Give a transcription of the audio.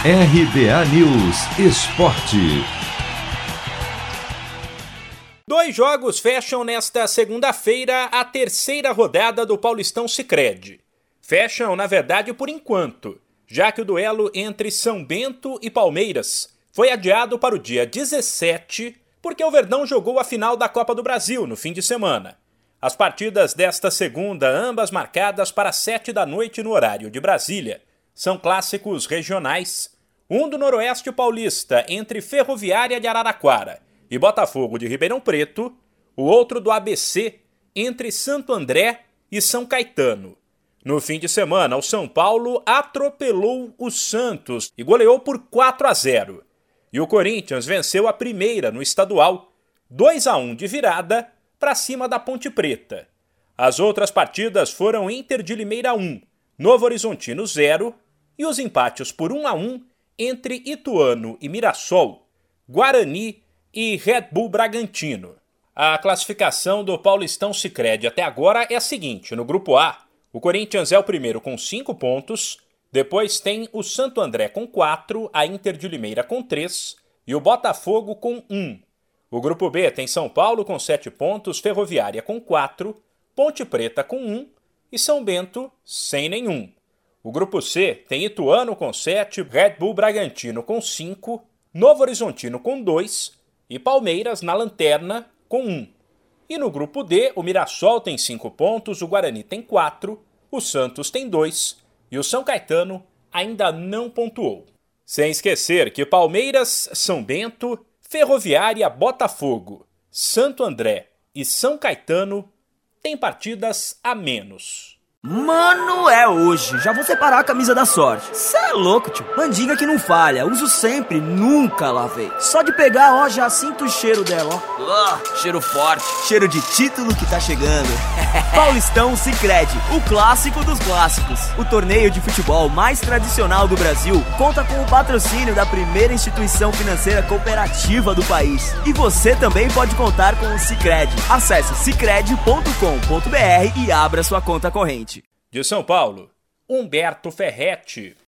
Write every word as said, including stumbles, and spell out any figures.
R B A News Esporte. Dois jogos fecham nesta segunda-feira a terceira rodada do Paulistão Sicredi. Fecham, na verdade, por enquanto, já que o duelo entre São Bento e Palmeiras foi adiado para o dia dezessete, porque o Verdão jogou a final da Copa do Brasil no fim de semana. As partidas desta segunda, ambas marcadas para sete da noite no horário de Brasília, são clássicos regionais. Um do Noroeste Paulista entre Ferroviária de Araraquara e Botafogo de Ribeirão Preto, o outro do A B C entre Santo André e São Caetano. No fim de semana, o São Paulo atropelou o Santos e goleou por quatro a zero. E o Corinthians venceu a primeira no estadual, dois a um de virada para cima da Ponte Preta. As outras partidas foram Inter de Limeira um, Novo Horizontino zero e os empates por um a um entre Ituano e Mirassol, Guarani e Red Bull Bragantino. A classificação do Paulistão Sicredi até agora é a seguinte: no grupo A, o Corinthians é o primeiro com cinco pontos, depois tem o Santo André com quatro, a Inter de Limeira com três e o Botafogo com um. O grupo B tem São Paulo com sete pontos, Ferroviária com quatro, Ponte Preta com um e São Bento sem nenhum. O grupo C tem Ituano com sete, Red Bull Bragantino com cinco, Novo Horizontino com dois e Palmeiras na lanterna com um. E no grupo D, o Mirassol tem cinco pontos, o Guarani tem quatro, o Santos tem dois e o São Caetano ainda não pontuou. Sem esquecer que Palmeiras, São Bento, Ferroviária, Botafogo, Santo André e São Caetano têm partidas a menos. Mano, é hoje. Já vou separar a camisa da sorte. Cê é louco, tio. Mandinga que não falha. Uso sempre, nunca lavei. Só de pegar, ó, já sinto o cheiro dela, ó. Uh, cheiro forte. Cheiro de título que tá chegando. Paulistão Sicredi, o clássico dos clássicos. O torneio de futebol mais tradicional do Brasil conta com o patrocínio da primeira instituição financeira cooperativa do país. E você também pode contar com o Sicredi. Acesse sicredi ponto com ponto br e abra sua conta corrente. De São Paulo, Humberto Ferretti.